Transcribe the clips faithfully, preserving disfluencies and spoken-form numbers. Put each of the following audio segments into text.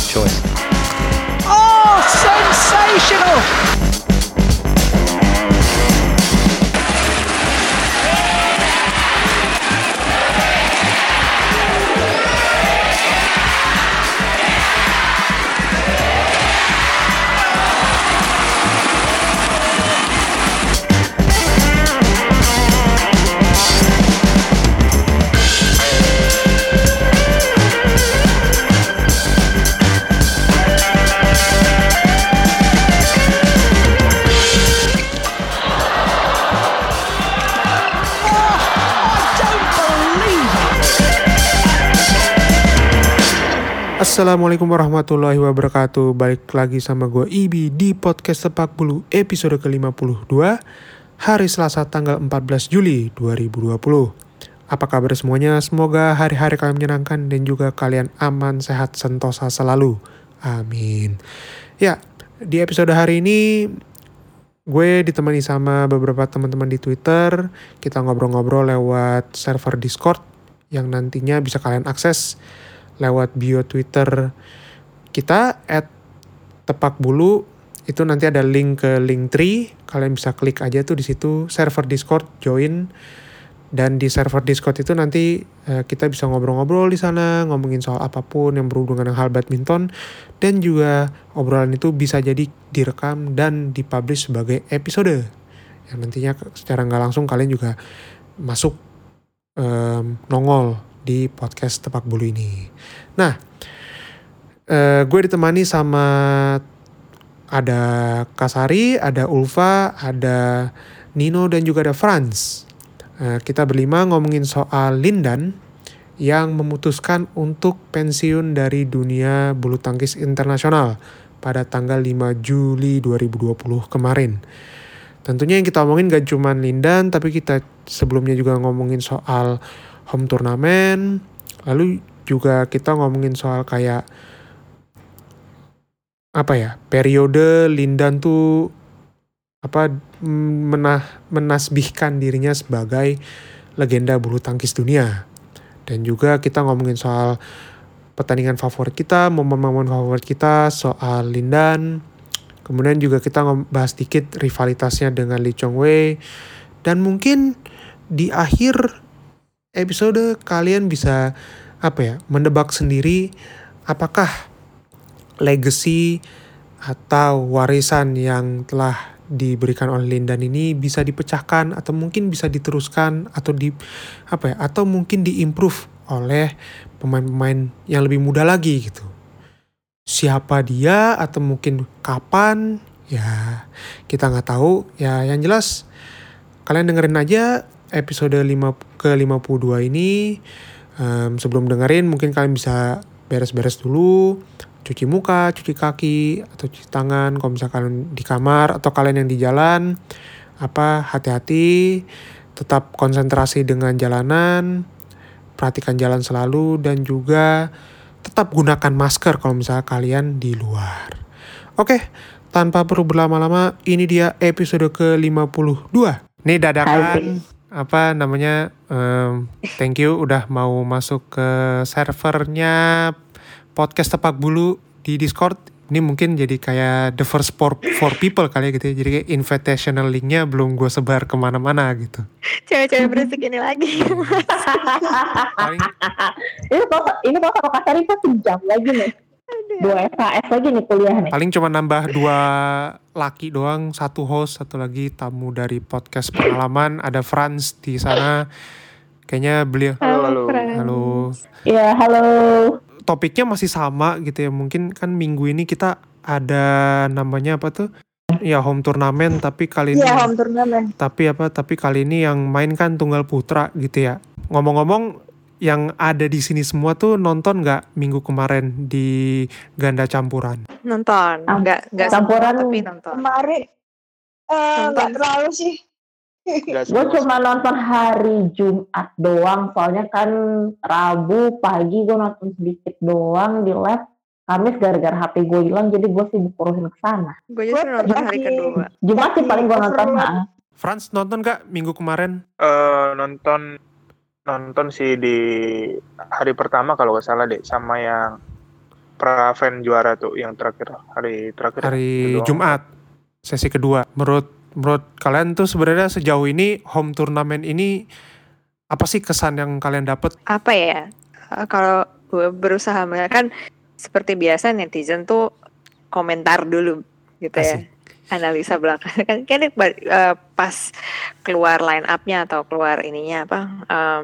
choice. Oh, sensational! Assalamualaikum warahmatullahi wabarakatuh. Balik lagi sama gue Ibi di podcast Sepak Bulu episode ke lima puluh dua hari Selasa tanggal empat belas Juli dua ribu dua puluh. Apa kabar semuanya? Semoga hari-hari kalian menyenangkan dan juga kalian aman, sehat, sentosa selalu. Amin. Ya, di episode hari ini gue ditemani sama beberapa teman-teman di Twitter. Kita ngobrol-ngobrol lewat server Discord yang nantinya bisa kalian akses lewat bio Twitter kita at tepakbulu. Itu nanti ada link ke Linktree, kalian bisa klik aja tuh di situ server Discord, join. Dan di server Discord itu nanti eh, kita bisa ngobrol-ngobrol di sana, ngomongin soal apapun yang berhubungan dengan hal badminton, dan juga obrolan itu bisa jadi direkam dan dipublish sebagai episode yang nantinya secara nggak langsung kalian juga masuk um, nongol di podcast Tepak Bulu ini. Nah, uh, gue ditemani sama ada Kasari, ada Ulfa, ada Nino, dan juga ada Franz. Uh, kita berlima ngomongin soal Lindan yang memutuskan untuk pensiun dari dunia bulu tangkis internasional pada tanggal lima Juli dua ribu dua puluh kemarin. Tentunya yang kita omongin gak cuma Lindan, tapi kita sebelumnya juga ngomongin soal home turnamen, lalu juga kita ngomongin soal kayak apa ya, periode Lindan tuh apa menah, menasbihkan dirinya sebagai legenda bulu tangkis dunia. Dan juga kita ngomongin soal pertandingan favorit kita, momen-momen favorit kita, soal Lindan. Kemudian juga kita bahas dikit rivalitasnya dengan Lee Chong Wei. Dan mungkin di akhir episode kalian bisa apa ya, mendebak sendiri apakah legacy atau warisan yang telah diberikan oleh Lindan ini bisa dipecahkan atau mungkin bisa diteruskan atau di apa ya, atau mungkin diimprove oleh pemain-pemain yang lebih muda lagi gitu. Siapa dia atau mungkin kapan, ya kita nggak tahu. Ya yang jelas kalian dengerin aja episode ke lima puluh dua ini. Um, sebelum dengerin mungkin kalian bisa beres-beres dulu, cuci muka, cuci kaki, atau cuci tangan kalau misalkan kalian di kamar atau kalian yang di jalan. Apa, hati-hati, tetap konsentrasi dengan jalanan, perhatikan jalan selalu, dan juga tetap gunakan masker kalau misalnya kalian di luar. Oke, tanpa perlu berlama-lama, ini dia episode ke lima puluh dua. Nih dadakan, apa namanya, um, thank you udah mau masuk ke servernya podcast Tepak Bulu di Discord. Ini mungkin jadi kayak the first for, for people kali ya gitu ya. Jadi kayak invitational link-nya belum gue sebar kemana-mana gitu. Cewek-cewek berisik ini lagi. Paling, ini kok ini kok kalau Kasari kan sejam lagi nih. Dua S H S lagi nih kuliah nih. paling cuma nambah dua laki doang, satu host, satu lagi tamu dari podcast pengalaman. Ada Franz di sana. Kayaknya beliau. Halo, Halo. Halo. Ya halo. Topiknya masih sama gitu ya. Mungkin kan minggu ini kita ada namanya apa tuh? Ya home turnamen, tapi kali ini Iya, home turnamen. tapi apa? Tapi kali ini yang main kan tunggal putra gitu ya. Ngomong-ngomong, yang ada di sini semua tuh nonton nggak minggu kemarin di ganda campuran? Nonton. Am- Enggak enggak campuran semua, tapi nonton. Kemarin eh Nonton. nggak terlalu sih. Nggak Gue semua. cuma nonton hari Jumat doang, soalnya kan Rabu pagi gue nonton sedikit doang di lab. Kamis gara-gara H P gue hilang, jadi gue sibuk urusin ke sana. Gue justru Gue nonton hari lagi- kedua. Jumat sih paling gue nonton. Overload. Ha. Franz nonton nggak minggu kemarin? Eh, nonton nonton sih di hari pertama kalau nggak salah deh, sama yang Praven juara tuh yang terakhir hari terakhir. Hari Kedua. Jumat, sesi kedua. Menurut menurut kalian tuh sebenarnya sejauh ini home turnamen ini apa sih kesan yang kalian dapat? Apa ya? Uh, kalau gue berusaha melihat kan seperti biasa netizen tuh komentar dulu gitu ya. Asik. Analisa belakang kan kan uh, pas keluar line up-nya atau keluar ininya apa? Um,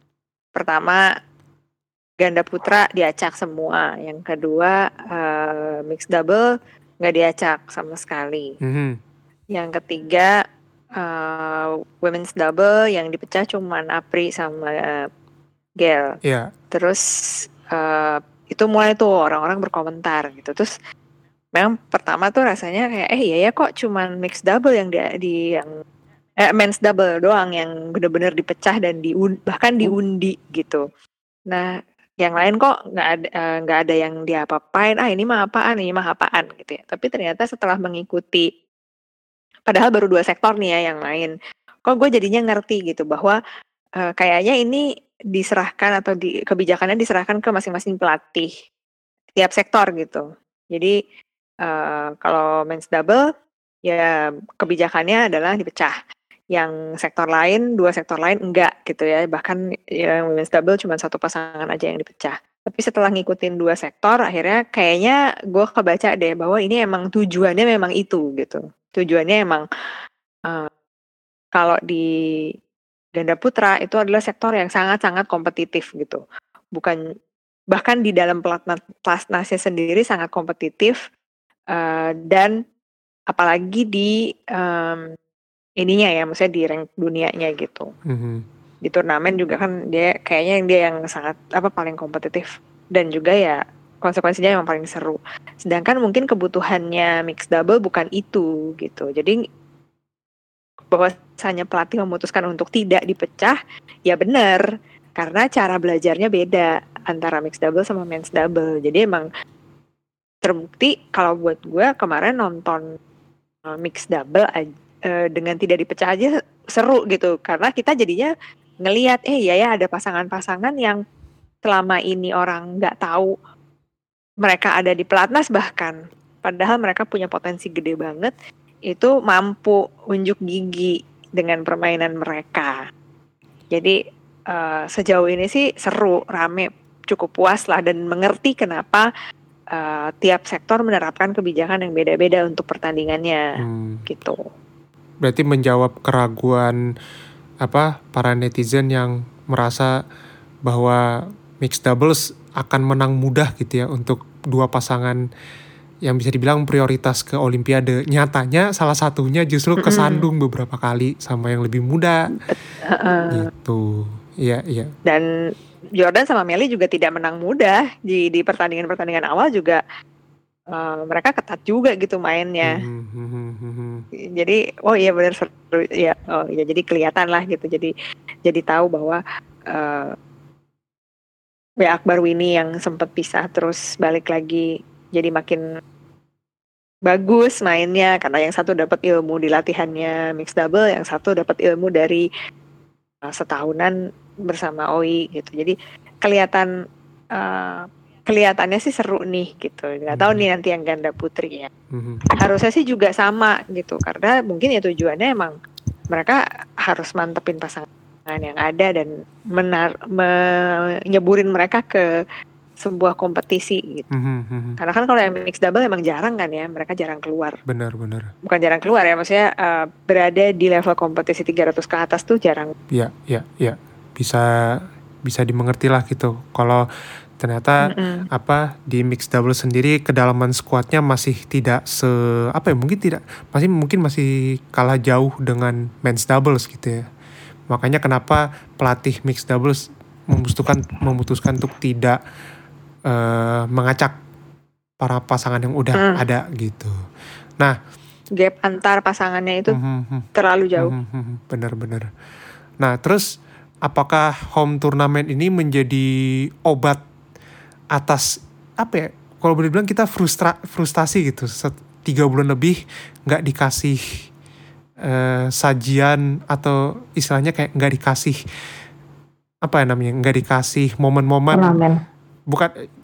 pertama ganda putra diacak semua, yang kedua uh, mixed double nggak diacak sama sekali, Mhm. yang ketiga uh, women's double yang dipecah cuman Apri sama uh, Gel. Iya. Terus uh, itu mulai tuh orang-orang berkomentar gitu. Terus memang pertama tuh rasanya kayak eh iya ya kok cuman mixed double yang di, di yang eh, men's double doang yang bener-bener dipecah dan di bahkan diundi gitu. Nah yang lain kok nggak ada eh, nggak ada yang diapa-apain, ah ini mah apaan, ini mah apaan gitu ya. Tapi ternyata setelah mengikuti, padahal baru dua sektor nih ya yang main, kok gue jadinya ngerti gitu bahwa eh, kayaknya ini diserahkan atau di, kebijakannya diserahkan ke masing-masing pelatih tiap sektor gitu. Jadi eh, kalau men's double ya kebijakannya adalah dipecah. Yang sektor lain, dua sektor lain enggak gitu ya. Bahkan yang women's double cuma satu pasangan aja yang dipecah. Tapi setelah ngikutin dua sektor, akhirnya kayaknya gue kebaca deh bahwa ini emang tujuannya memang itu gitu. Tujuannya emang uh, kalau di ganda putra itu adalah sektor yang sangat-sangat kompetitif gitu. Bukan bahkan di dalam pelatnas pelatnasnya sendiri sangat kompetitif uh, dan apalagi di um, ininya ya, maksudnya di rank dunianya gitu. Mhm. Di turnamen juga kan dia kayaknya yang dia yang sangat apa paling kompetitif dan juga ya konsekuensinya yang paling seru. Sedangkan mungkin kebutuhannya mixed double bukan itu gitu. Jadi bahwasanya pelatih memutuskan untuk tidak dipecah ya benar karena cara belajarnya beda antara mixed double sama men's double. Jadi emang terbukti kalau buat gue kemarin nonton uh, mixed double aja dengan tidak dipecah aja seru gitu karena kita jadinya ngelihat eh ya ya ada pasangan-pasangan yang selama ini orang nggak tahu mereka ada di pelatnas bahkan padahal mereka punya potensi gede banget itu mampu unjuk gigi dengan permainan mereka. Jadi uh, sejauh ini sih seru, rame, cukup puas lah dan mengerti kenapa uh, tiap sektor menerapkan kebijakan yang beda-beda untuk pertandingannya Hmm. gitu. Berarti menjawab keraguan apa para netizen yang merasa bahwa mixed doubles akan menang mudah gitu ya untuk dua pasangan yang bisa dibilang prioritas ke Olimpiade. Nyatanya salah satunya justru kesandung beberapa kali sama yang lebih muda. Uh, Gitu. Iya, iya. dan Jordan sama Melly juga tidak menang mudah di di pertandingan-pertandingan awal juga uh, mereka ketat juga gitu mainnya. Mhm, mhm, mhm. Jadi oh iya benar seru ya. Oh iya jadi kelihatan lah gitu. Jadi jadi tahu bahwa uh, ya Akbar Winnie yang sempat pisah terus balik lagi jadi makin bagus mainnya karena yang satu dapat ilmu di latihannya mixed double, yang satu dapat ilmu dari uh, setahunan bersama Oi gitu. Jadi kelihatan uh, kelihatannya sih seru nih gitu. Nggak tahu nih nanti yang ganda putri ya. Mhm. Harusnya sih juga sama gitu karena mungkin ya tujuannya emang mereka harus mantepin pasangan yang ada dan menar menyeburin mereka ke sebuah kompetisi gitu. Mhm, mhm. Karena kan kalau yang mixed double emang jarang kan ya, mereka jarang keluar. Benar, benar. Bukan jarang keluar ya, maksudnya uh, berada di level kompetisi tiga ratus ke atas tuh jarang. Iya, iya, iya. Bisa bisa dimengerti lah gitu. Kalau ternyata Mm-mm. apa di mixed double sendiri kedalaman skuadnya masih tidak se apa ya mungkin tidak masih mungkin masih kalah jauh dengan men's doubles gitu ya. Makanya kenapa pelatih mixed doubles memutuskan memutuskan untuk tidak uh, mengacak para pasangan yang udah Mm. ada gitu. Nah, Gap antar pasangannya itu mhm, mhm. terlalu jauh. Mhm, mhm, benar-benar. Nah, terus apakah home turnamen ini menjadi obat atas apa ya? Kalau boleh bilang kita frustra, frustasi gitu. Set, tiga bulan lebih nggak dikasih eh, sajian atau istilahnya kayak nggak dikasih apa ya namanya? Nggak dikasih momen-momen. Turnamen. Bukan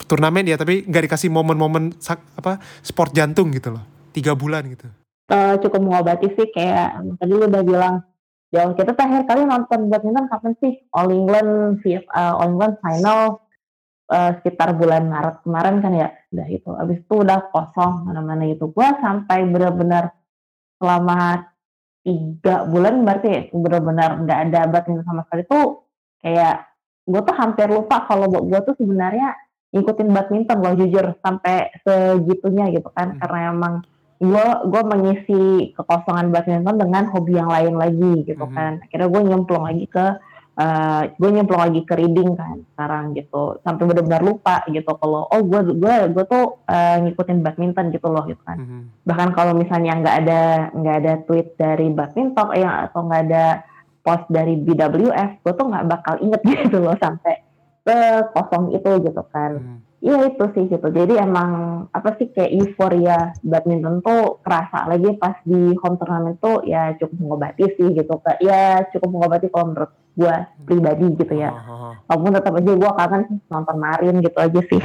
turnamen ya, tapi nggak dikasih momen-momen sak, apa sport jantung gitu loh, tiga bulan gitu. Uh, cukup mengobati sih, kayak tadi lu udah bilang, jauh kita terakhir kali nonton badminton kapan sih? All England, uh, All England final uh, sekitar bulan Maret kemarin kan ya, udah itu. Abis itu udah kosong mana-mana gitu. Gue sampai benar-benar selama tiga bulan berarti ya, benar-benar nggak ada badminton sama sekali tuh, kayak gue tuh hampir lupa kalau gue tuh sebenarnya ngikutin badminton loh, jujur sampai segitunya gitu kan, hmm. karena emang gue gue mengisi kekosongan badminton dengan hobi yang lain lagi gitu hmm. kan. Akhirnya gue nyemplung lagi ke uh, gue nyemplung lagi ke reading kan sekarang gitu, sampai benar-benar lupa gitu kalau oh gue gue gue tuh uh, ngikutin badminton gitu loh gitu kan. Hmm. Bahkan kalau misalnya nggak ada nggak ada tweet dari badminton ya, atau nggak ada post dari B W F, gue tuh nggak bakal inget gitu loh sampai ke kosong itu gitu kan. Iya hmm. itu sih gitu. Jadi emang apa sih, kayak euforia badminton tuh kerasa lagi pas di home turnamen tuh, ya cukup mengobati sih gitu. Kayak ya cukup mengobati kalau menurut gue pribadi gitu ya. Oh. Walaupun tetap aja gue kangen nonton Marin gitu aja sih.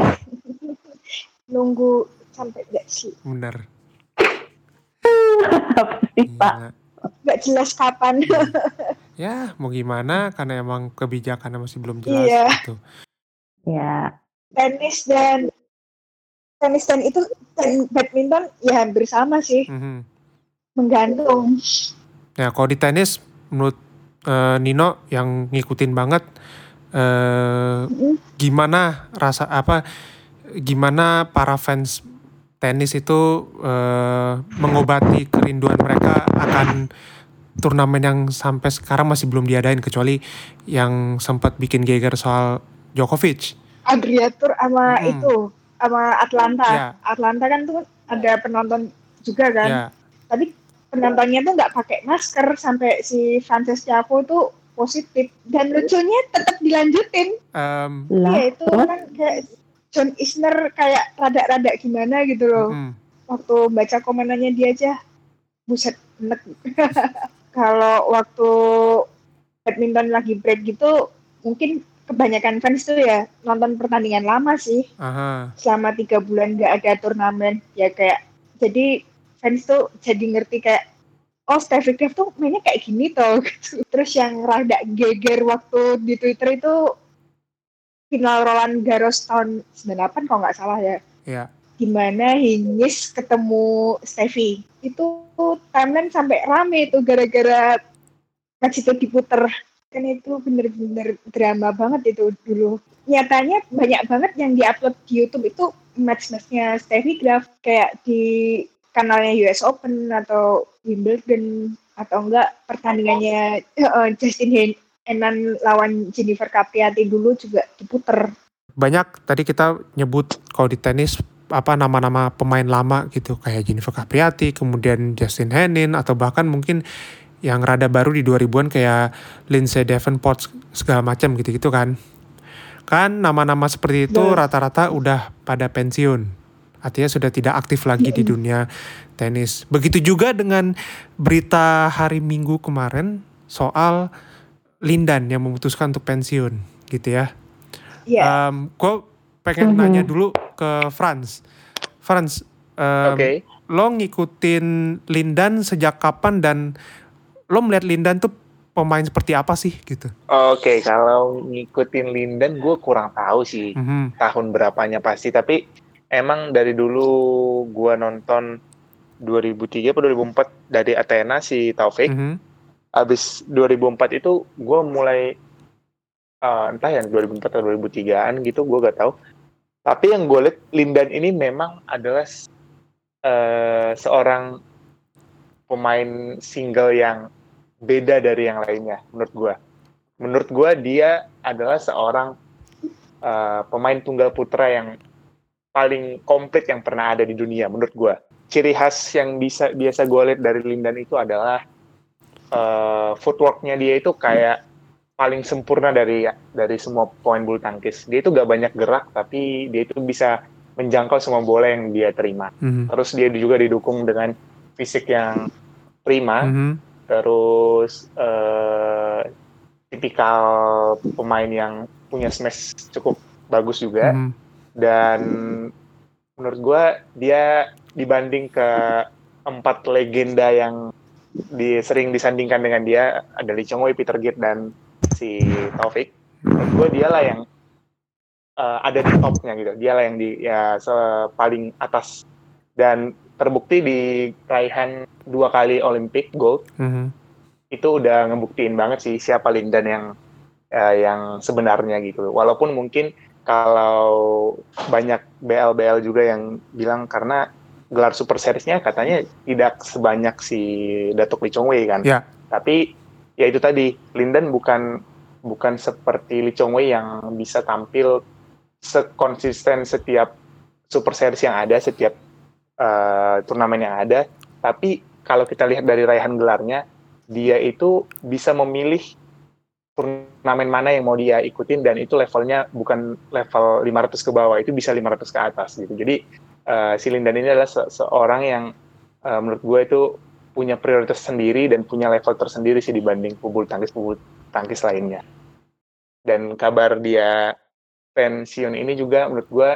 Nunggu sampai gak sih? Bener. Apa sih Pak? Gak jelas kapan. Ya mau gimana, karena emang kebijakannya masih belum jelas iya. gitu. Ya. Tenis dan tenis dan itu dan badminton ya hampir sama sih. Mm-hmm. Menggantung. Ya kalau di tenis menurut uh, Nino yang ngikutin banget, uh, mm-hmm. gimana rasa apa? Gimana para fans tenis itu uh, mengobati kerinduan mereka akan turnamen yang sampai sekarang masih belum diadain, kecuali yang sempat bikin geger soal Djokovic. Adria Tour sama hmm. itu sama Atlanta. Yeah. Atlanta kan tuh ada penonton juga kan. Yeah. Tapi penontonnya tuh nggak pakai masker sampai si Frances Tiafoe tuh positif, dan lucunya tetap dilanjutin. Um, ya itu kan kayak John Isner kayak rada-rada gimana gitu loh. Mm-hmm. Waktu baca komenannya dia aja, buset enek. Kalau waktu badminton lagi break gitu, mungkin kebanyakan fans tuh ya nonton pertandingan lama sih. Aha. Selama tiga bulan nggak ada turnamen, ya kayak jadi fans tuh jadi ngerti kayak oh Steffi Graf tuh mainnya kayak gini tuh. Terus yang rada geger waktu di Twitter itu final Roland Garros tahun sembilan puluh delapan kalau nggak salah ya. Iya. Gimana Hingis ketemu Steffi. Itu timeline sampai rame itu gara-gara match itu diputer. Kan itu bener-bener drama banget itu dulu. Nyatanya banyak banget yang diupload di YouTube itu match-matchnya Steffi Graf. Kayak di kanalnya U S Open atau Wimbledon. Atau enggak pertandingannya uh, Justin Henan lawan Jennifer Capriati dulu juga diputer. Banyak tadi kita nyebut kalau di tenis apa nama-nama pemain lama gitu, kayak Jennifer Capriati, kemudian Justin Henin, atau bahkan mungkin yang rada baru di dua ribuan kayak Lindsay Davenport segala macam gitu-gitu kan. Kan nama-nama seperti itu yeah. rata-rata udah pada pensiun. Artinya sudah tidak aktif lagi yeah. di dunia tenis. Begitu juga dengan berita hari Minggu kemarin soal Lindan yang memutuskan untuk pensiun gitu ya. Yeah. Um, gue pengen mm-hmm. nanya dulu ke Franz. Franz, um, okay. lo ngikutin Lindan sejak kapan dan lo melihat Lindan tuh pemain seperti apa sih gitu? Oke, okay, kalau ngikutin Lindan gue kurang tahu sih mm-hmm. tahun berapanya pasti. Tapi emang dari dulu gue nonton dua ribu tiga atau dua ribu empat dari Athena si Taufik. Mm-hmm. Abis dua ribu empat itu gue mulai uh, entah ya dua ribu empat atau dua ribu tigaan gitu, gue gak tahu. Tapi yang gue lihat Lindan ini memang adalah uh, seorang pemain single yang beda dari yang lainnya menurut gue. Menurut gue dia adalah seorang uh, pemain tunggal putra yang paling komplit yang pernah ada di dunia menurut gue. Ciri khas yang bisa biasa gue lihat dari Lindan itu adalah uh, footwork-nya dia itu kayak paling sempurna dari dari semua pemain bulu tangkis. Dia itu gak banyak gerak, tapi dia itu bisa menjangkau semua bola yang dia terima. Mm-hmm. Terus dia juga didukung dengan fisik yang prima. Mm-hmm. Terus uh, tipikal pemain yang punya smash cukup bagus juga. Mm-hmm. Dan menurut gue dia dibanding ke empat legenda yang di, sering disandingkan dengan dia, ada Lee Chong Wei, Peter Gate, dan si Taufik. Menurut gue dia lah yang uh, ada di topnya gitu. Dia lah yang di ya paling atas. Dan terbukti di raihan dua kali Olympic gold. Mm-hmm. Itu udah ngebuktiin banget sih siapa Lindan yang uh, yang sebenarnya gitu. Walaupun mungkin kalau banyak B L B L juga yang bilang karena gelar Super Series-nya katanya tidak sebanyak si Datuk Lee Chong Wei kan. Yeah. Tapi ya itu tadi, Lindan bukan bukan seperti Lee Chong Wei yang bisa tampil sekonsisten setiap Super Series yang ada, setiap uh, turnamen yang ada. Tapi kalau kita lihat dari raihan gelarnya, dia itu bisa memilih turnamen mana yang mau dia ikutin, dan itu levelnya bukan level lima ratus ke bawah, itu bisa lima ratus ke atas gitu. Jadi uh, si Lindan ini adalah se- seorang yang uh, menurut gue itu punya prioritas sendiri dan punya level tersendiri sih dibanding pebulu tangkis-pebulu tangkis lainnya. Dan kabar dia pensiun ini juga menurut gue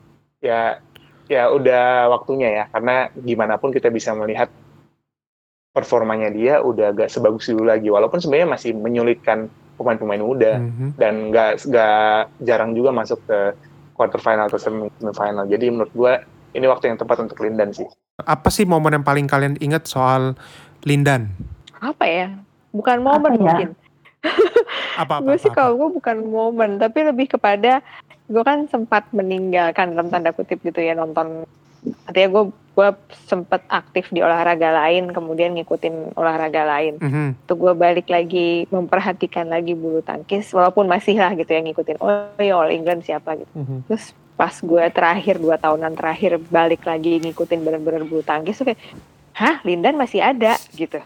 ya ya udah waktunya ya, karena gimana pun kita bisa melihat performanya dia udah gak sebagus dulu lagi, walaupun sebenarnya masih menyulitkan pemain-pemain muda, mm-hmm. dan gak, gak jarang juga masuk ke quarter final atau semifinal. Jadi menurut gue ini waktu yang tepat untuk Lindan sih. Apa sih momen yang paling kalian ingat soal Lindan? Apa ya? Bukan momen apa mungkin. Apa-apa? Gue sih kalau gue bukan momen, tapi lebih kepada gue kan sempat meninggalkan dalam tanda kutip gitu ya nonton. Artinya gue gue sempat aktif di olahraga lain, kemudian ngikutin olahraga lain. Mm-hmm. Tuh gue balik lagi memperhatikan lagi bulu tangkis, walaupun masih lah gitu ya ngikutin. Oh ya All England siapa gitu. Mm-hmm. Terus pas gue terakhir dua tahunan terakhir balik lagi ngikutin benar-benar bulu tangkis tuh kayak, hah Lindan masih ada gitu.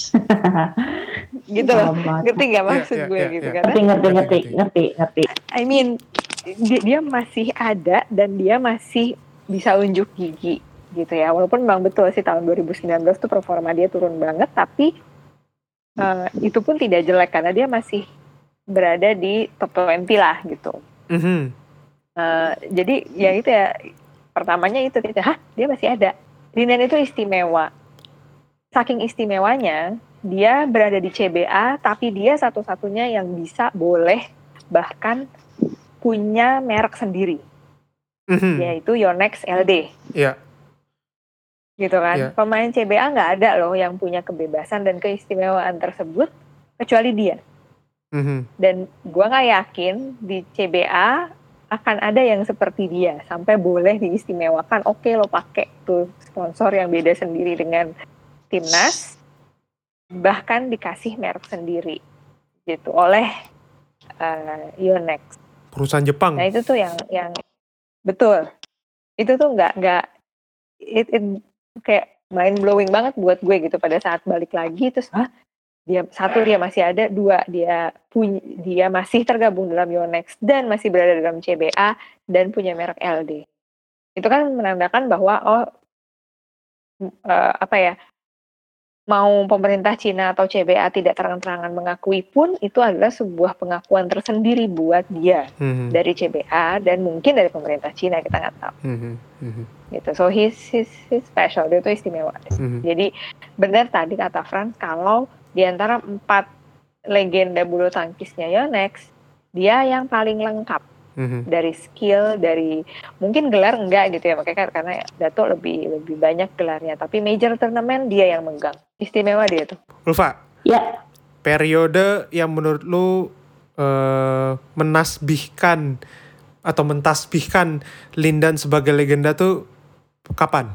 Gitu loh, ngerti nggak maksud yeah, yeah, gue yeah, gitu yeah. Karena ngerti ngerti ngerti ngerti. I mean dia, dia masih ada dan dia masih bisa unjuk gigi gitu ya, walaupun memang betul sih tahun dua ribu sembilan belas tuh performa dia turun banget, tapi uh, itu pun tidak jelek karena dia masih berada di top dua puluh lah gitu. Mm-hmm. Uh, jadi ya itu ya, pertamanya itu gitu, hah dia masih ada. Lindan itu istimewa, saking istimewanya dia berada di C B A, tapi dia satu-satunya yang bisa boleh bahkan punya merek sendiri. Mm-hmm. Yaitu Yonex L D. Iya. Yeah. Gitu kan. Yeah. Pemain C B A nggak ada loh yang punya kebebasan dan keistimewaan tersebut kecuali dia. Mm-hmm. Dan gue nggak yakin di C B A akan ada yang seperti dia sampai boleh diistimewakan. Oke lo pakai tuh sponsor yang beda sendiri dengan timnas, bahkan dikasih merek sendiri gitu oleh uh, Yonex. Perusahaan Jepang. Nah itu tuh yang yang betul, itu tuh nggak nggak it, it kayak mind blowing banget buat gue gitu pada saat balik lagi. Terus ah dia satu dia masih ada, dua dia punya dia masih tergabung dalam Yonex dan masih berada dalam C B A dan punya merek L D. Itu kan menandakan bahwa oh uh, apa ya, mau pemerintah Cina atau C B A tidak terang-terangan mengakui pun itu adalah sebuah pengakuan tersendiri buat dia mm-hmm. dari C B A dan mungkin dari pemerintah Cina, kita nggak tahu. Mm-hmm. Gitu. So he's, he's, he's special, dia itu istimewa. Mm-hmm. Jadi benar tadi kata Frans, kalau di antara empat legenda bulu tangkisnya Yonex, dia yang paling lengkap. Mm-hmm. Dari skill, dari mungkin gelar enggak gitu ya, makanya karena Dato lebih lebih banyak gelarnya, tapi major turnamen dia yang megang, istimewa dia tuh. Ulfa, ya. Periode yang menurut lu uh, menasbihkan atau mentasbihkan Lindan sebagai legenda tuh kapan?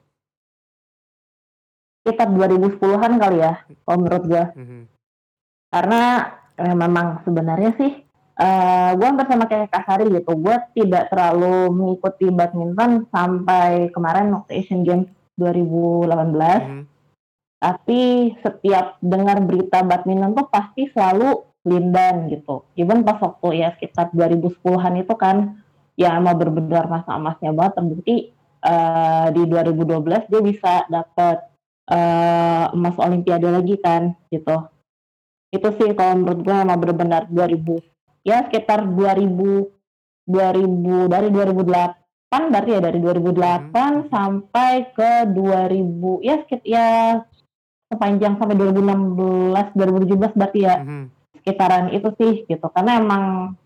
Sekitar dua ribu sepuluhan kali ya, kalau menurut gue. Mm-hmm. Karena eh, memang sebenarnya sih Uh, gue hampir sama kayak Kasari gitu, gue tidak terlalu mengikuti badminton sampai kemarin waktu Asian Games dua ribu delapan belas. Mm-hmm. Tapi setiap dengar berita badminton tuh pasti selalu Lindan gitu. Even pas waktu ya sekitar dua ribu sepuluhan itu kan ya emang benar-benar masa emasnya banget, terbukti uh, di dua ribu dua belas dia bisa dapat uh, emas Olimpiade lagi kan gitu. Itu sih kalau menurut gue emang benar-benar dua ribu ya sekitar dua ribu dua ribu dari dua ribu delapan berarti ya dari dua ribu delapan hmm. sampai ke dua ribu ya sekit ya sepanjang sampai dua ribu enam belas dua ribu tujuh belas berarti ya hmm. sekitaran itu sih gitu karena emang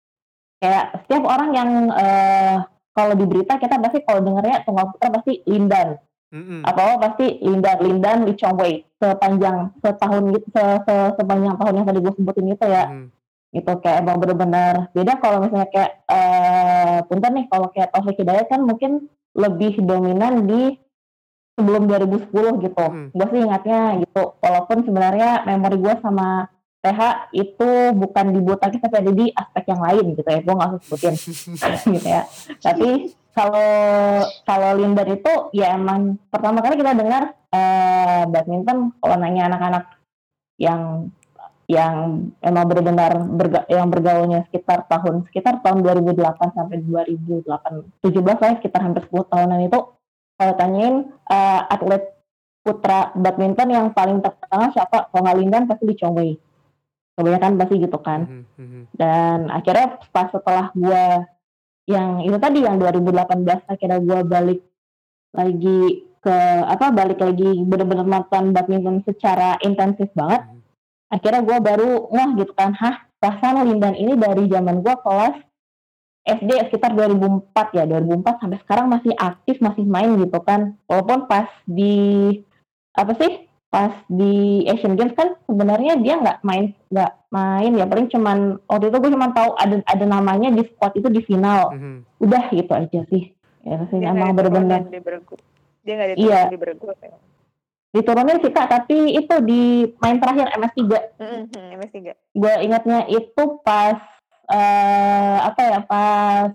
kayak setiap orang yang uh, kalau di berita kita pasti kalau dengarnya tunggal putra pasti Lindan mm-hmm. apa pasti Lindan Lindan Lee Chong Wei sepanjang setahun gitu se, se, sepanjang tahun yang tadi gue sebutin itu ya mm-hmm. gitu kayak emang benar-benar beda kalau misalnya kayak uh, punten nih kalau kayak Taufik Hidayat kan mungkin lebih dominan di sebelum dua ribu sepuluh gitu mm-hmm. gue sih ingatnya gitu walaupun sebenarnya memori gue sama T H itu bukan di bulu tangkis tapi ada di aspek yang lain gitu ya gue nggak usah sebutin gitu ya tapi kalau kalau Lindan itu ya emang pertama kali kita dengar uh, badminton kalau nanya anak-anak yang yang emang benar-benar berga, yang bergaulnya sekitar tahun sekitar tahun dua ribu delapan sampai dua ribu delapan tujuh belas lah sekitar hampir sepuluh tahunan itu kalau tanyain uh, atlet putra badminton yang paling terkenal siapa kalau nggak Lindan pasti Lee Chong Wei kebanyakan pasti gitu kan mm-hmm. dan akhirnya pas setelah gue yang itu tadi yang dua ribu delapan belas akhirnya gue balik lagi ke apa balik lagi benar-benar nonton badminton secara intensif banget mm-hmm. akhirnya gue baru wah gitu kan hah perasaan Lindan ini dari zaman gue kelas S D sekitar dua ribu empat ya dua ribu empat sampai sekarang masih aktif masih main gitu kan walaupun pas di apa sih pas di Asian Games kan sebenarnya dia nggak main nggak main ya paling cuman waktu itu gue cuma tahu ada ada namanya di squad itu di final mm-hmm. udah gitu aja sih ya sih emang benar-benar dia nggak diturunin iya. di bergu diturunin sih kak tapi itu di main terakhir M S tiga mm-hmm, M S tiga gue ingatnya itu pas uh, apa ya pas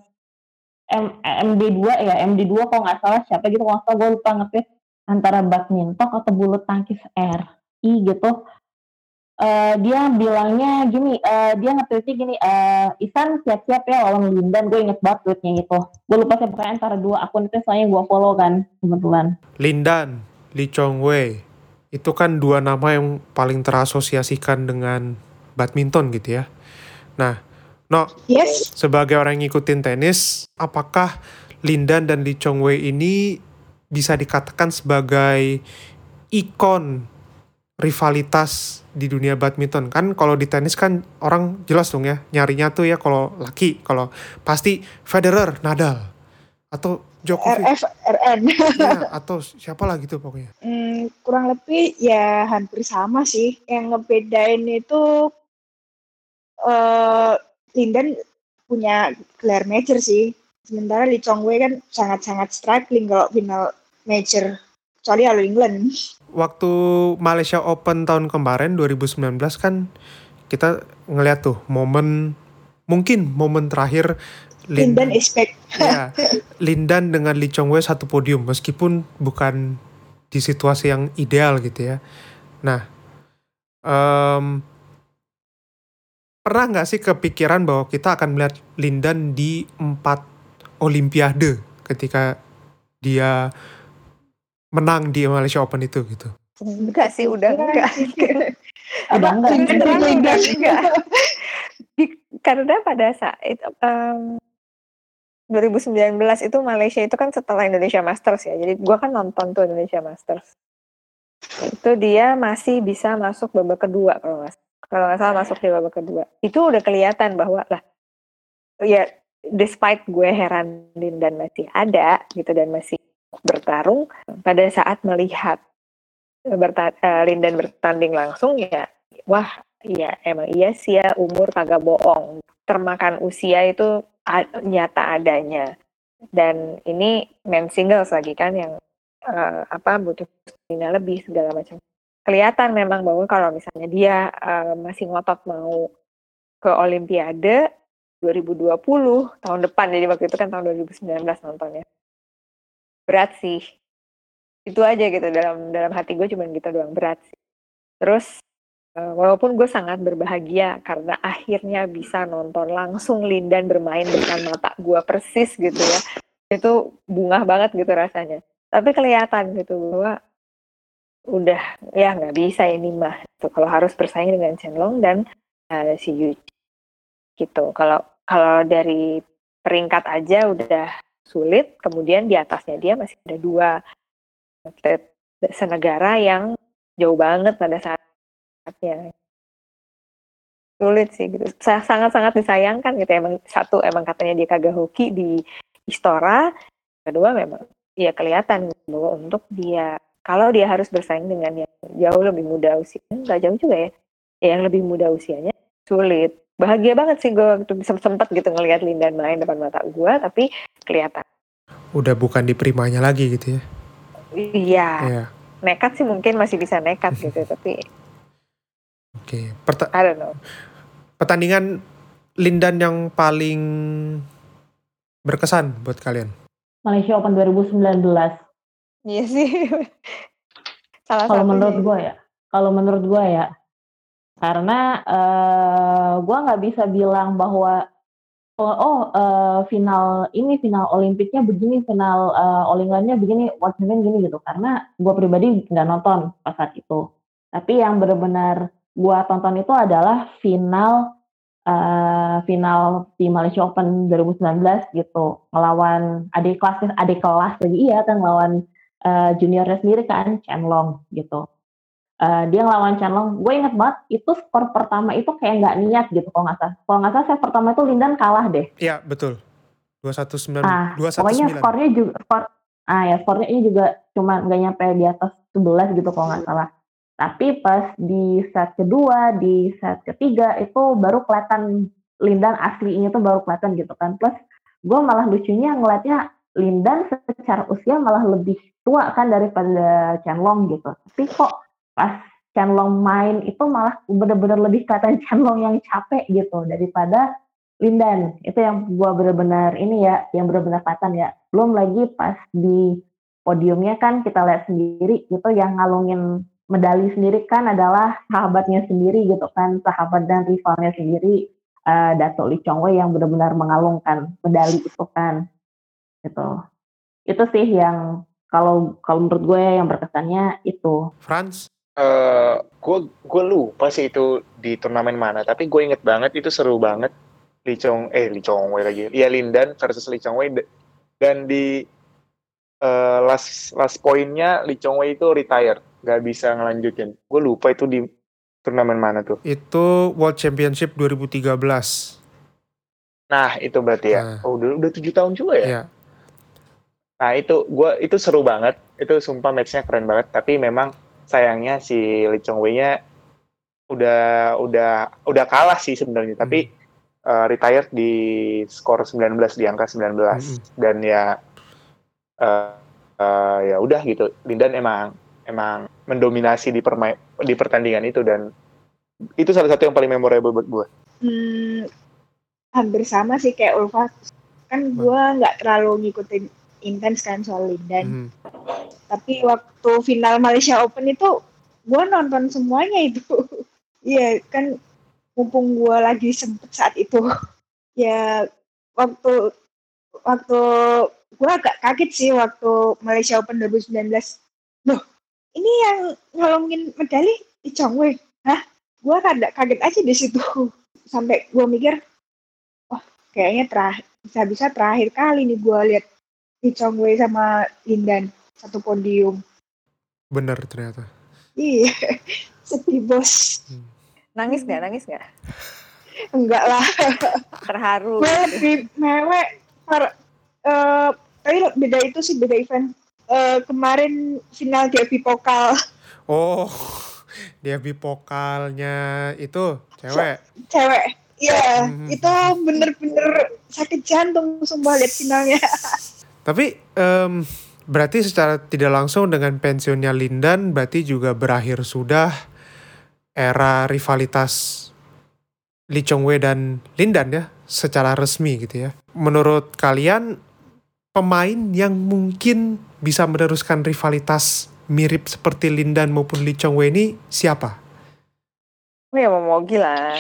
M- MD dua ya M D dua kalau nggak salah siapa gitu kalau nggak salah gue lupa nge-tweet antara badminton atau bulu tangkis R I gitu uh, dia bilangnya gini uh, dia nge-tweetnya gini uh, Isan siap-siap ya lawan Lindan gue inget banget tweetnya gitu gue lupa sih pokoknya antara dua akun itu soalnya gue follow kan kebetulan Lindan Lee Chong Wei itu kan dua nama yang paling terasosiasikan dengan badminton gitu ya nah no yes. sebagai orang yang ngikutin tenis apakah Lindan dan Lee Chong Wei ini bisa dikatakan sebagai ikon rivalitas di dunia badminton kan kalau di tenis kan orang jelas dong ya nyarinya tuh ya kalau laki kalau pasti Federer, Nadal atau Djokovic, R F, R N ya, atau siapa lah gitu pokoknya. Hmm, kurang lebih ya hampir sama sih yang ngebedain itu uh, Lindan punya gelar major sih sementara Lee Chong Wei kan sangat-sangat struggling kalau final major kecuali All England. Waktu Malaysia Open tahun kemarin dua ribu sembilan belas kan kita ngeliat tuh momen mungkin momen terakhir Lindan is back. Ya, Lindan dengan Lee Chong Wei satu podium meskipun bukan di situasi yang ideal gitu ya. Nah, um, pernah nggak sih kepikiran bahwa kita akan melihat Lindan di empat Olimpiade ketika dia menang di Malaysia Open itu gitu? Enggak sih, udah enggak. Udah enggak. Udah enggak. enggak. Karena pada saat um, dua ribu sembilan belas itu Malaysia itu kan setelah Indonesia Masters ya. Jadi gue kan nonton tuh Indonesia Masters. Itu dia masih bisa masuk babak kedua kalau nggak kalau nggak salah masuk di babak kedua. Itu udah kelihatan bahwa lah ya despite gue heran Lindan masih ada gitu dan masih bertarung pada saat melihat berta- uh, Lindan bertanding langsung ya wah iya emang iya sih ya umur kagak bohong termakan usia itu a- nyata adanya dan ini men singles lagi kan yang uh, apa butuh stamina lebih segala macam kelihatan memang bahwa kalau misalnya dia uh, masih ngotot mau ke Olimpiade dua ribu dua puluh tahun depan jadi waktu itu kan tahun dua ribu sembilan belas nontonnya berat sih itu aja gitu dalam dalam hati gue cuma gitu doang berat sih terus uh, walaupun gue sangat berbahagia karena akhirnya bisa nonton langsung Lindan bermain depan mata gue persis gitu ya itu bungah banget gitu rasanya tapi kelihatan gitu bahwa udah ya nggak bisa ini mah gitu. Kalau harus bersaing dengan Chen Long dan uh, si Yu gitu kalau kalau dari peringkat aja udah sulit, kemudian di atasnya dia masih ada dua atlet senegara yang jauh banget pada saatnya. Sulit sih gitu. Sangat-sangat disayangkan gitu. Emang satu emang katanya dia kagak hoki di Istora, kedua memang ya kelihatan bahwa untuk dia kalau dia harus bersaing dengan yang jauh lebih muda usianya, nggak jauh juga ya, yang lebih muda usianya sulit. Bahagia banget sih gue waktu bisa sempet gitu ngelihat Lindan main depan mata gue, tapi kelihatan udah bukan di primanya lagi gitu ya. Iya. Iya. Nekat sih mungkin masih bisa nekat gitu, tapi oke. Okay. Perta- I don't know. Pertandingan Lindan yang paling berkesan buat kalian? Malaysia Open dua ribu sembilan belas. Iya sih. Salah kalau menurut satunya. gue ya, kalau menurut gue ya, karena uh, gue nggak bisa bilang bahwa oh, oh uh, final ini final Olimpiknya begini, final uh, All Englandnya begini, World Champion gini gitu. Karena gue pribadi nggak nonton pas saat itu. Tapi yang benar-benar gue tonton itu adalah final uh, final di Malaysia Open dua ribu sembilan belas gitu, ngelawan adik kelas adik kelas lagi iya kan ngelawan uh, juniornya sendiri kan, Chen Long gitu. Uh, dia ngelawan Chen Long, gue inget banget itu skor pertama itu kayak nggak niat gitu kalau nggak salah. Kalau nggak salah set pertama itu Lindan kalah deh. Iya betul. dua satu sembilan. Ah, dua satu pokoknya sembilan. skornya juga skor, ah ya skornya ini juga cuma nggak nyampe di atas sebelas gitu kalau nggak salah. Tapi pas di set kedua, di set ketiga itu baru kelihatan Lindan aslinya tuh baru kelihatan gitu kan. Plus gue malah lucunya ngeliatnya Lindan secara usia malah lebih tua kan daripada Chen Long gitu. Tapi kok pas Chen Long main itu malah benar-benar lebih kelihatan Chen Long yang capek gitu daripada Lindan. Itu yang gue benar-benar ini ya, yang benar-benar kelihatan ya. Belum lagi pas di podiumnya kan kita lihat sendiri gitu yang ngalungin medali sendiri kan adalah sahabatnya sendiri gitu kan, sahabat dan rivalnya sendiri, uh, Dato' Lee Chong Wei yang benar-benar mengalungkan medali itu kan, gitu. Itu sih yang kalau kalau menurut gue yang berkesannya itu. Franz? Uh, gue gue lupa sih itu di turnamen mana, tapi gue inget banget itu seru banget. Lee Chong eh Lee Chong Wei lagi, ya Lindan versus Lee Chong Wei, dan di uh, last last poinnya Lee Chong Wei itu retire, nggak bisa ngelanjutin. Gue lupa itu di turnamen mana tuh. Itu World Championship dua ribu tiga belas. Nah itu berarti ya. Nah. Oh udah udah tujuh tahun juga ya. Iya. Nah itu gue itu seru banget. Itu sumpah matchnya keren banget. Tapi memang sayangnya si Lee Chong Wei-nya udah udah udah kalah sih sebenarnya. Hmm. Tapi uh, retired di skor sembilan belas, di angka sembilan belas. Hmm. Dan ya uh, uh, ya udah gitu. Lindan emang emang mendominasi di permain di pertandingan itu, dan itu salah satu yang paling memorable buat gue. Hmm, hampir sama sih kayak Ulfa. Kan gue nggak terlalu ngikutin intens kan soal Lindan. Hmm. Tapi waktu final Malaysia Open itu gue nonton semuanya itu. Iya kan, mumpung gue lagi sempet saat itu. Ya waktu waktu gue agak kaget sih waktu Malaysia Open dua ribu sembilan belas. Loh, ini yang ngalungin medali Lee Chong Wei. Hah? Gue rada kaget aja di situ. Sampai gue mikir, wah kayaknya terakhir, bisa-bisa terakhir kali nih gue lihat Lee Chong Wei sama Lindan satu podium. Bener ternyata. Iya, sedih bos. Hmm. Nangis nggak? Nangis nggak? Enggak lah. Terharu. Gue lebih mewek. Uh, tapi beda itu sih, beda event. Uh, kemarin final D F B Pokal. Oh, D F B Pokalnya itu cewek. Cewek, iya. Hmm. Itu bener-bener sakit jantung sumpah lihat finalnya. Tapi um, berarti secara tidak langsung dengan pensiunnya Lindan berarti juga berakhir sudah era rivalitas Lee Chong Wei dan Lindan ya, secara resmi gitu ya. Menurut kalian pemain yang mungkin bisa meneruskan rivalitas mirip seperti Lindan maupun Lee Chong Wei ini siapa? Oh ya Momogi lah.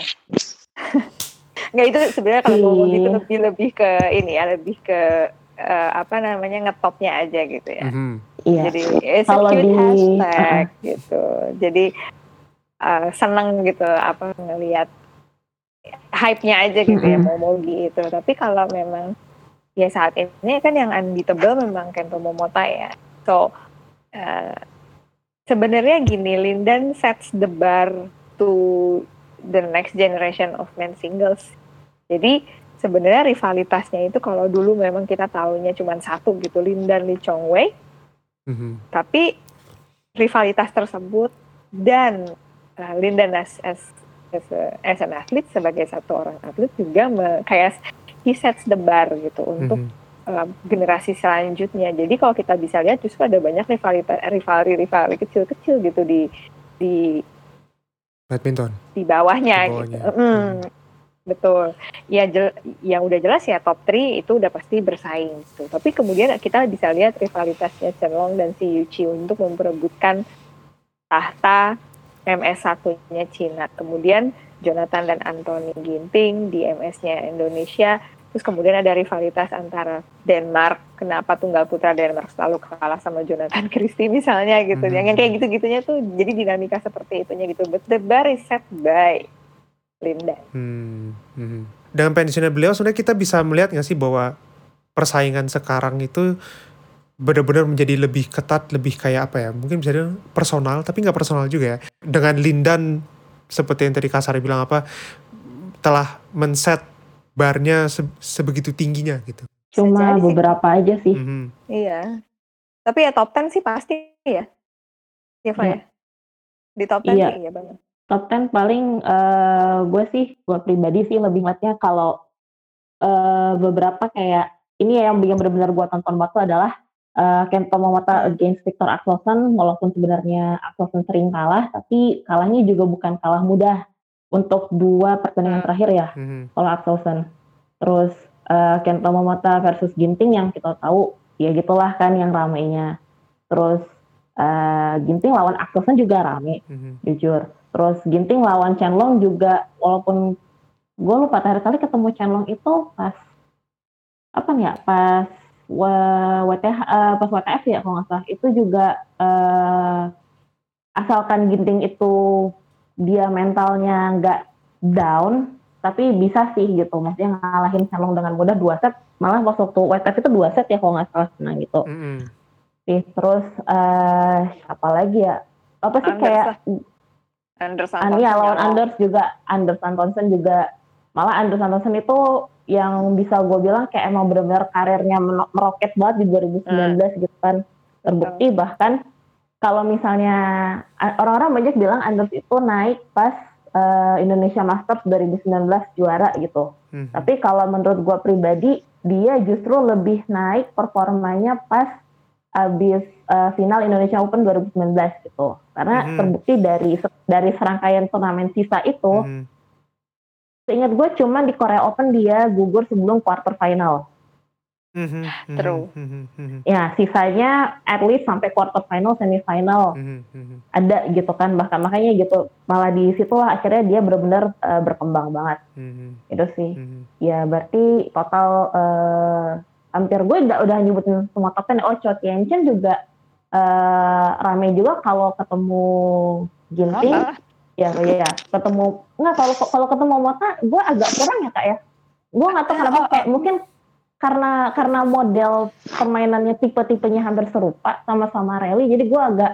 Nggak, itu sebenarnya kalau Momogi itu lebih lebih ke ini ya, lebih ke uh, apa namanya ngetopnya aja gitu ya. Mm-hmm. Iya. Jadi it's a cute di, hashtag uh, gitu. Jadi uh, seneng gitu apa ngelihat hype-nya aja gitu mm-hmm. ya Momogi itu. Tapi kalau memang ya saat ini kan yang unbeatable memang Kento Momota ya. So uh, sebenarnya gini, Lindan sets the bar to the next generation of men singles. Jadi sebenarnya rivalitasnya itu kalau dulu memang kita tahunya cuma satu gitu, Lindan Lee Chong Wei. Mm-hmm. Tapi rivalitas tersebut dan uh, Lindan as as as, a, as an athlete sebagai satu orang atlet juga me, kayak he sets the bar gitu untuk mm-hmm. uh, generasi selanjutnya. Jadi kalau kita bisa lihat justru ada banyak rivalitas rivalry rivalry kecil-kecil gitu di di badminton di bawahnya, di bawahnya. Gitu. Mm, hmm. Betul. Ya jel, yang udah jelas ya top tiga itu udah pasti bersaing gitu. Tapi kemudian kita bisa lihat rivalitasnya Chen Long dan si Yu Chi untuk memperebutkan tahta M S satu-nya Cina. Kemudian Jonathan dan Anthony Ginting di M S-nya Indonesia. Terus kemudian ada rivalitas antara Denmark. Kenapa tunggal putra Denmark selalu kalah sama Jonathan Christie misalnya gitu. Mm-hmm. Yang kayak gitu-gitunya tuh jadi dinamika seperti itunya gitu. But the bar is set by Lindan. Hmm, hmm. Dengan pensiunnya beliau sebenarnya kita bisa melihat nggak sih bahwa persaingan sekarang itu benar-benar menjadi lebih ketat, lebih kayak apa ya? Mungkin bisa dibilang personal, tapi nggak personal juga ya. Dengan Lindan seperti yang tadi Kak Sari bilang apa, telah men-set barnya se- sebegitu tingginya gitu. Cuma Sejadi beberapa sih. aja sih. Mm-hmm. Iya. Tapi ya top sepuluh sih pasti ya. Iya, ya. Di top sepuluh iya. sih iya banget. Top sepuluh paling uh, gue sih, gue pribadi sih lebih ngeliatnya kalau uh, beberapa kayak, ini yang yang benar-benar gue tonton banget adalah uh, Kento Momota against Viktor Axelsen, walaupun sebenarnya Axelsen sering kalah, tapi kalahnya juga bukan kalah mudah untuk dua pertandingan terakhir ya, mm-hmm. kalau Axelsen. Terus uh, Kento Momota versus Ginting yang kita tahu, ya gitulah kan yang ramainya. Terus uh, Ginting lawan Axelsen juga rame, mm-hmm. jujur. Terus Ginting lawan Chen Long juga, walaupun gue lupa terakhir kali ketemu Chen Long itu pas apa nih ya, pas W T H, uh, pas W T F ya kalau nggak salah, itu juga uh, asalkan Ginting itu dia mentalnya nggak down, tapi bisa sih gitu, maksudnya ngalahin Chen Long dengan mudah dua set, malah pas waktu W T F itu dua set ya kalau nggak salah, nah gitu. Mm-hmm. Terus uh, apa lagi ya, apa sih Anders, kayak Anders Ania lawan Anders juga, Anders Antonsen juga, malah Anders Antonsen itu yang bisa gue bilang kayak emang benar-benar karirnya meroket banget di dua ribu sembilan belas hmm. gitu kan, terbukti hmm. bahkan kalau misalnya orang-orang banyak bilang Anders itu naik pas uh, Indonesia Masters dua ribu sembilan belas juara gitu, hmm. tapi kalau menurut gue pribadi dia justru lebih naik performanya pas abis uh, final Indonesia Open dua ribu sembilan belas gitu, karena mm-hmm. terbukti dari dari serangkaian turnamen sisa itu, mm-hmm. seingat gue cuma di Korea Open dia gugur sebelum quarter final. Mm-hmm. True. Mm-hmm. Ya sisanya at least sampai quarter final, semifinal mm-hmm. ada gitu kan, bahkan makanya gitu malah di situlah akhirnya dia benar-benar uh, berkembang banget. Mm-hmm. Itu sih. Mm-hmm. Ya berarti total uh, hampir gue udah udah nyebutin semua top sepuluh. Oh, Cho Tien-Chen juga uh, rame juga kalau ketemu Ginting. Oh, ya, ya, ketemu nggak kalau kalau ketemu Momota, gue agak kurang ya kak ya. Gue nggak tahu kenapa, kayak mungkin karena karena model permainannya tipe-tipenya hampir serupa sama-sama rally, jadi gue agak,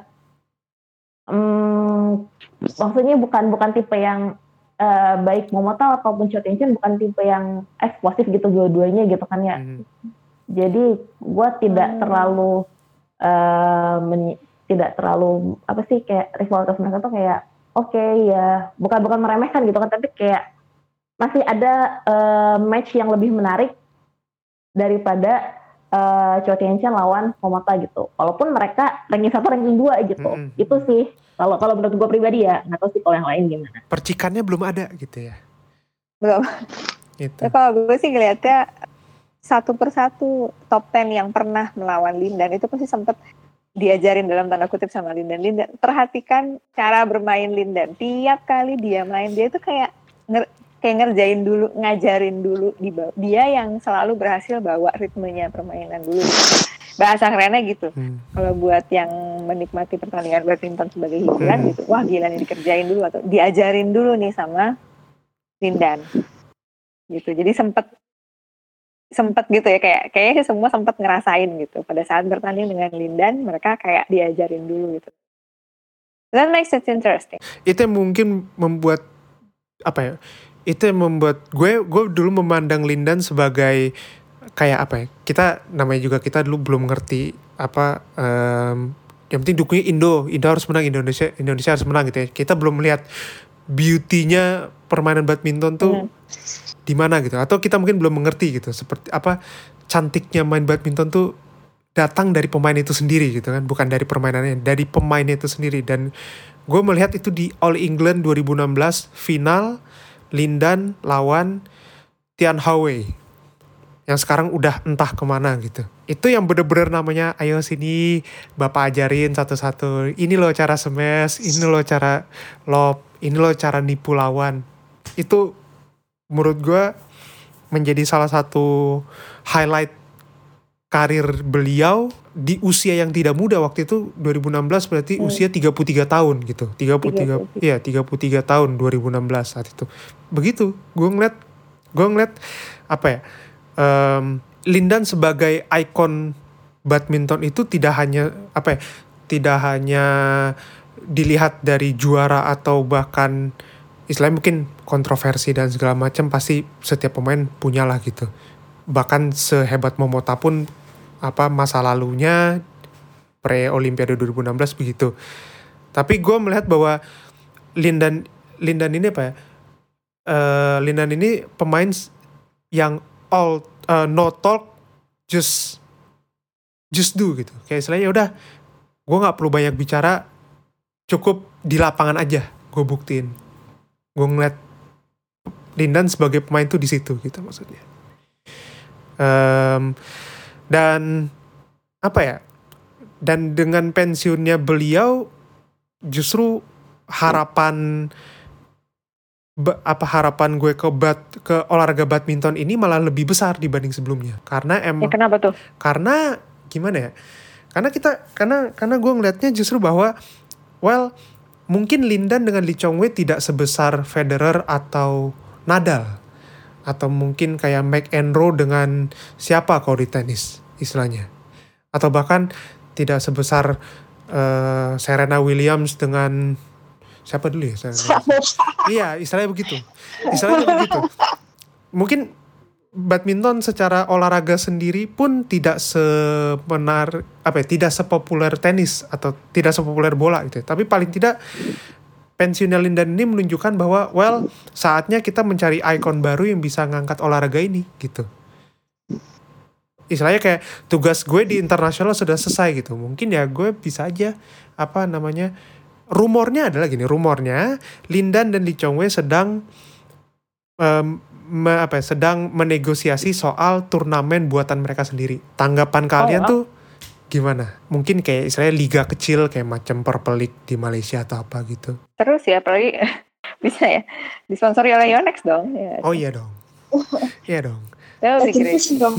um, maksudnya bukan bukan tipe yang uh, baik Momota ataupun Cho Tien-Chen bukan tipe yang eksplosif gitu dua-duanya gitu kan ya. Mm-hmm. Jadi gue tidak hmm. terlalu uh, men, tidak terlalu apa sih kayak rivalitas mereka tuh kayak oke okay, ya bukan bukan meremehkan gitu kan, tapi kayak masih ada uh, match yang lebih menarik daripada uh, Cho Tien-Chen lawan Momota gitu. Walaupun mereka ranking satu ranking dua gitu, hmm. itu sih kalau kalau menurut gue pribadi ya, nggak tahu sih kalau yang lain gimana. Percikannya belum ada gitu ya? Belum. Gitu. Ya, kalau gue sih ngeliatnya satu persatu top sepuluh yang pernah melawan Lindan itu pasti sempat diajarin dalam tanda kutip sama Lindan. Lindan, perhatikan cara bermain Lindan. Tiap kali dia main, dia itu kayak nger, kayak ngerjain dulu, ngajarin dulu. Dia yang selalu berhasil bawa ritmenya permainan dulu. Bahasa kerennya gitu. Hmm. Kalau buat yang menikmati pertandingan badminton sebagai hiburan hmm. gitu, wah gila nih dikerjain dulu atau diajarin dulu nih sama Lindan. Gitu. Jadi sempat sempet gitu ya, kayak kayaknya semua sempat ngerasain gitu pada saat bertanding dengan Lindan, mereka kayak diajarin dulu gitu. That makes it interesting. Itu yang mungkin membuat apa ya? Itu yang membuat gue gue dulu memandang Lindan sebagai kayak apa ya? Kita namanya juga kita dulu belum ngerti apa um, yang penting dukungnya Indo, Indo harus menang, Indonesia Indonesia harus menang gitu ya. Kita belum melihat beauty-nya permainan badminton tuh mm. di mana gitu, atau kita mungkin belum mengerti gitu seperti apa cantiknya main badminton tuh datang dari pemain itu sendiri gitu kan, bukan dari permainannya, dari pemainnya itu sendiri. Dan gue melihat itu di All England dua ribu enam belas final Lindan lawan Tian Hao-wei yang sekarang udah entah kemana gitu. Itu yang bener-bener namanya, ayo sini bapak ajarin satu-satu, ini loh cara smash, ini loh cara lob, ini loh cara nipu lawan. Itu menurut gue menjadi salah satu highlight karir beliau di usia yang tidak muda. Waktu itu dua ribu enam belas berarti hmm. usia tiga puluh tiga tahun gitu. tiga puluh tiga Iya, tiga puluh tiga tahun dua ribu enam belas saat itu. Begitu, gue ngeliat gue ngeliat apa ya? Um, Lindan sebagai ikon badminton itu tidak hanya apa ya? Tidak hanya dilihat dari juara atau bahkan istilahnya mungkin kontroversi dan segala macam, pasti setiap pemain punya lah gitu. Bahkan sehebat Momota pun apa masa lalunya pre Olimpiade dua ribu enam belas begitu. Tapi gue melihat bahwa Lindan Lindan ini apa ya? Uh, Lindan ini pemain yang all uh, no talk, just just do gitu. Kayak istilahnya udah, gue nggak perlu banyak bicara, cukup di lapangan aja gue buktiin. Gue ngeliat Lindan sebagai pemain tuh di situ gitu maksudnya. Um, dan apa ya? Dan dengan pensiunnya beliau, justru harapan Ba, apa harapan gue ke bad, ke olahraga badminton ini malah lebih besar dibanding sebelumnya. Karena emang ya, kenapa tuh? Karena gimana ya? Karena kita karena karena gue ngelihatnya justru bahwa well, mungkin Lindan dengan Lee Chong Wei tidak sebesar Federer atau Nadal, atau mungkin kayak McEnroe dengan siapa kalau di tenis istilahnya. Atau bahkan tidak sebesar uh, Serena Williams dengan siapa dulu ya? Iya, istilahnya begitu. Istilahnya begitu. Mungkin badminton secara olahraga sendiri pun tidak sebenar apa ya, tidak sepopuler tenis atau tidak sepopuler bola gitu. Tapi paling tidak pensiunnya Lindan ini menunjukkan bahwa well, saatnya kita mencari ikon baru yang bisa ngangkat olahraga ini gitu. Istilahnya kayak tugas gue di internasional sudah selesai gitu. Mungkin ya gue bisa aja apa namanya? Rumornya adalah gini, rumornya Lindan dan Lee Chong Wei sedang um, me, apa ya, sedang menegosiasi soal turnamen buatan mereka sendiri. Tanggapan kalian oh, tuh gimana? Mungkin kayak istilahnya liga kecil kayak macam Purple League di Malaysia atau apa gitu. Terus ya, apalagi bisa ya disponsori oleh Yonex dong. Ya. Oh iya dong, iya dong. dong.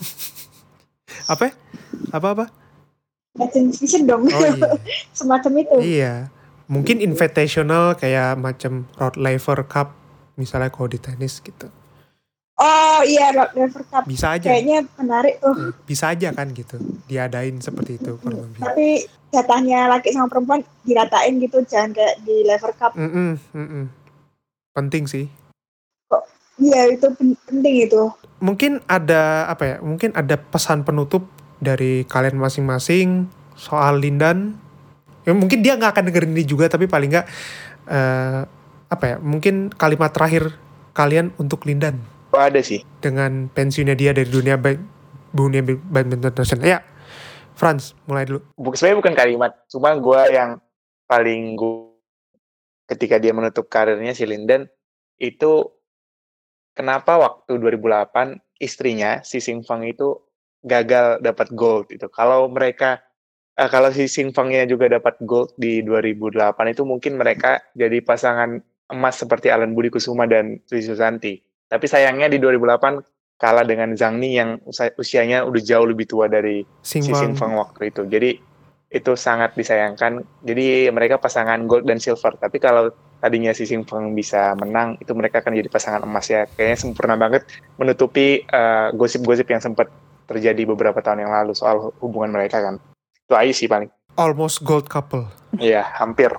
Apa? Apa-apa? Vision dong. Oh, iya. Semacam itu. Iya. Mungkin invitational kayak macam Rod Laver Cup misalnya kalau di tenis gitu. Oh iya, Rod Laver Cup. Bisa aja. Kayaknya menarik tuh. Bisa aja kan gitu. Diadain seperti itu kurang lebih. Tapi jatahnya laki sama perempuan diratain gitu, jangan kayak di Laver Cup. Mm-mm, mm-mm. Penting sih. Kok iya, itu penting itu. Mungkin ada apa ya? Mungkin ada pesan penutup dari kalian masing-masing soal Lindan. Ya, mungkin dia nggak akan dengerin ini juga, tapi paling nggak uh, apa ya? Mungkin kalimat terakhir kalian untuk Lindan. Oh, ada sih. Dengan pensiunnya dia dari dunia ba- dunia badminton nasional. Ya, Franz, mulai dulu. Sebenarnya bukan kalimat, cuma gue yang paling gue ketika dia menutup karirnya si Lindan itu kenapa waktu dua ribu delapan istrinya si Xing Fang itu gagal dapat gold itu. Kalau mereka uh, kalau si Xing Fang-nya juga dapat gold di dua ribu delapan itu mungkin mereka jadi pasangan emas seperti Alan Budi Kusuma dan Sri Susanti. Tapi sayangnya di dua ribu delapan kalah dengan Zhang Ni yang usia, usianya udah jauh lebih tua dari Xing si Xing Fang waktu itu. Jadi itu sangat disayangkan. Jadi mereka pasangan gold dan silver. Tapi kalau tadinya si Xing Feng bisa menang, itu mereka akan jadi pasangan emas ya. Kayaknya sempurna banget menutupi uh, gosip-gosip yang sempat terjadi beberapa tahun yang lalu soal hubungan mereka kan. Itu aja sih paling. Almost gold couple. Iya, hampir.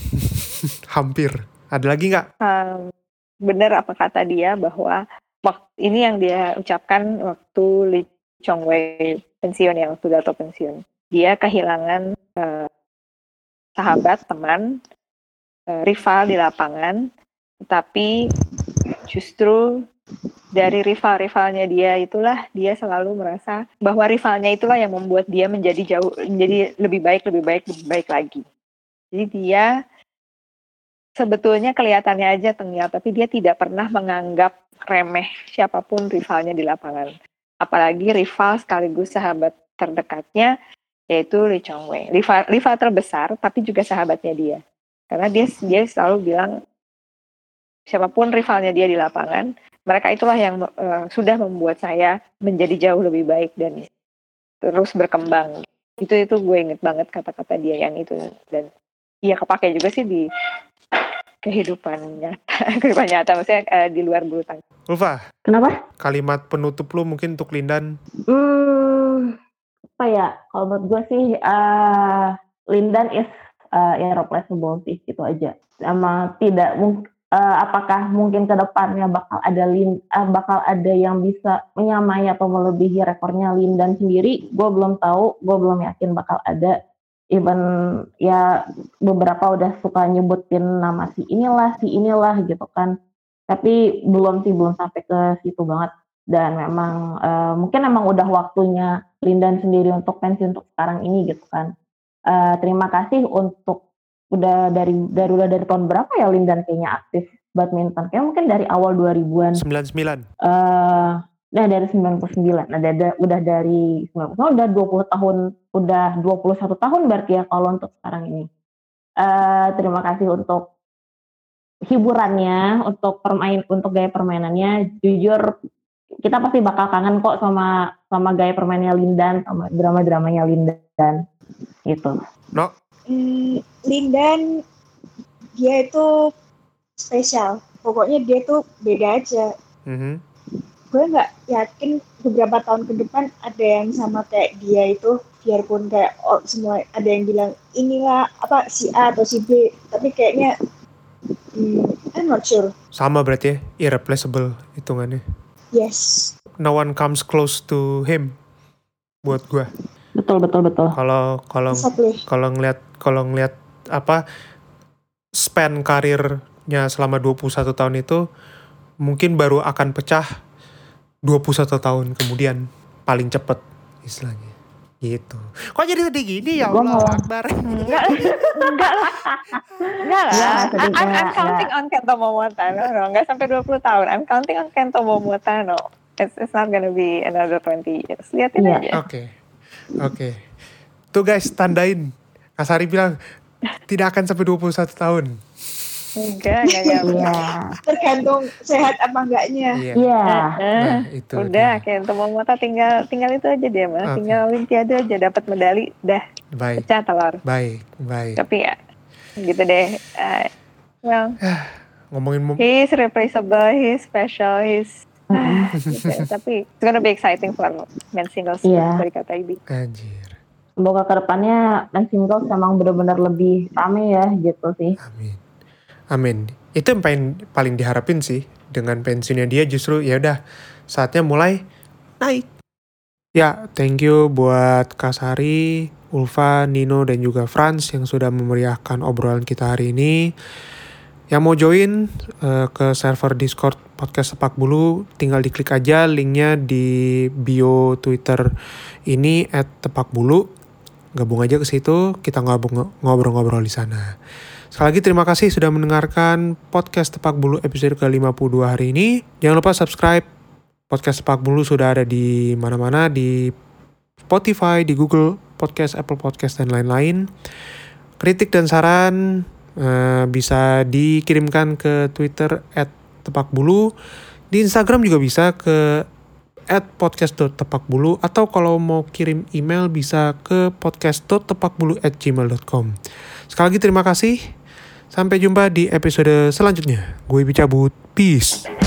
Hampir. Ada lagi nggak? Um, bener apa kata dia bahwa waktu ini yang dia ucapkan waktu Lee Chong-wei pensiun ya, waktu Dato pensiun. Dia kehilangan uh, sahabat, teman, uh, rival di lapangan, tetapi justru dari rival-rivalnya dia itulah dia selalu merasa bahwa rivalnya itulah yang membuat dia menjadi jauh menjadi lebih baik, lebih baik, lebih baik lagi. Jadi dia sebetulnya kelihatannya aja tengil, tapi dia tidak pernah menganggap remeh siapapun rivalnya di lapangan. Apalagi rival sekaligus sahabat terdekatnya, yaitu Lee Chong-wei. Rival, rival terbesar, tapi juga sahabatnya dia. Karena dia, dia selalu bilang, siapapun rivalnya dia di lapangan, mereka itulah yang uh, sudah membuat saya menjadi jauh lebih baik dan terus berkembang. Itu itu gue inget banget kata-kata dia yang itu. Dan iya kepake juga sih di kehidupan nyata, kehidupan nyata maksudnya uh, di luar bulu tangkis. Ulfa, kenapa? Kalimat penutup lu mungkin untuk Lindan. Hmm, apa ya? Kalau menurut gue sih, uh, Lindan is uh, irreplaceable sih, gitu aja. Sama tidak mungkin. Uh, apakah mungkin ke depannya bakal ada Lin, uh, bakal ada yang bisa menyamai atau melebihi rekornya Lindan sendiri? Gue belum tahu, gue belum yakin bakal ada. Even ya beberapa udah suka nyebutin nama si inilah, si inilah gitu kan. Tapi belum sih, belum sampai ke situ banget. Dan memang uh, mungkin emang udah waktunya Lindan sendiri untuk pensiun untuk sekarang ini gitu kan. Uh, terima kasih untuk udah dari dari udah dari tahun berapa ya Lindan kayaknya aktif badminton, kayak mungkin dari awal dua ribuan. sembilan puluh sembilan. Eh, uh, nah dari sembilan puluh sembilan. Nah, ada udah dari sembilan puluh udah dua puluh tahun, udah dua puluh satu tahun berarti ya kalau untuk sekarang ini. Uh, terima kasih untuk hiburannya, untuk permain untuk gaya permainannya. Jujur kita pasti bakal kangen kok sama sama gaya permainannya Lindan, sama drama-dramanya Lindan gitu. No. Hmm, Lindan dia itu spesial, pokoknya dia tuh beda aja. Mm-hmm. Gue nggak yakin beberapa tahun ke depan ada yang sama kayak dia itu, biarpun kayak oh, semua ada yang bilang inilah apa si A atau si B, tapi kayaknya hmm, I'm not sure. Sama berarti ya, irreplaceable hitungannya. Yes. No one comes close to him buat gue. Betul betul betul. Kalau kalau kalau ngelihat kalau ngelihat apa span karirnya selama dua puluh satu tahun itu mungkin baru akan pecah dua puluh satu tahun kemudian paling cepet istilahnya. Gitu. Kok jadi sedih gini ya Allah Akbar. Enggak enggak lah. Enggak lah. I'm, I'm counting on Kento Momotaro. No, enggak sampai dua puluh tahun. I'm counting on Kento Momotaro. It's, it's not gonna be another twenty years. Lihatin yeah. aja. Oke. Okay. Oke, okay. Tuh guys, tandain. Kasari bilang tidak akan sampai dua puluh satu tahun. Enggak, enggak ya. Tergantung sehat apa enggaknya. Iya. Yeah. Yeah. Nah, itu. Udah, kayak untuk Momota tinggal tinggal itu aja dia mah, okay. Tinggal Olimpiade aja dapat medali, dah. Baik. Pecah telur. Baik, baik. Tapi ya, gitu deh. Uh, well, ngomongin mom- he's replaceable, he's special, he's gitu. Tapi it's gonna be exciting for men's singles yeah. dari kata Ibi. Anjir. Semoga kedepannya men's singles emang benar-benar lebih rame ya gitu sih. Amin. Amin. Itu yang paling paling diharapin sih dengan pensiunnya dia, justru ya udah saatnya mulai naik. Ya, thank you buat Kasari, Ulfa, Nino dan juga Franz yang sudah memeriahkan obrolan kita hari ini. Yang mau join uh, ke server Discord Podcast Sepak Bulu, tinggal diklik aja linknya di bio Twitter ini at tepak bulu. Gabung aja ke situ, kita ngobrol-ngobrol di sana. Sekali lagi terima kasih sudah mendengarkan Podcast Sepak Bulu episode ke lima puluh dua hari ini. Jangan lupa subscribe. Podcast Sepak Bulu sudah ada di mana-mana, di Spotify, di Google Podcast, Apple Podcast, dan lain-lain. Kritik dan saran Uh, bisa dikirimkan ke Twitter at tepakbulu, di Instagram juga bisa ke at podcast dot tepakbulu, atau kalau mau kirim email bisa ke podcast dot tepakbulu at gmail dot com. Sekali lagi terima kasih, Sampai jumpa di episode selanjutnya. Gue Ibi cabut. Peace.